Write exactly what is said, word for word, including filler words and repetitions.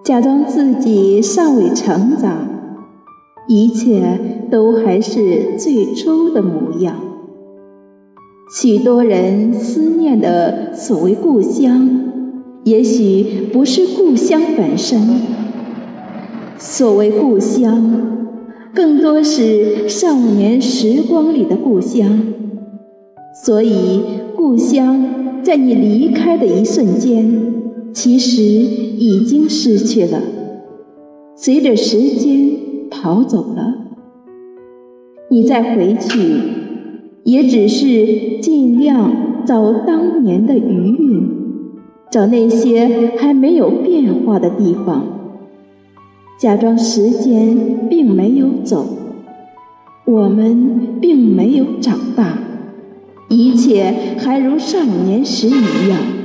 假装自己尚未成长，一切都还是最初的模样。许多人思念的所谓故乡，也许不是故乡本身，所谓故乡，更多是少年时光里的故乡。所以故乡在你离开的一瞬间，其实已经失去了，随着时间逃走了。你再回去，也只是尽量找当年的余韵，找那些还没有变化的地方，假装时间并没有走，我们并没有长大，一切还如少年时一样。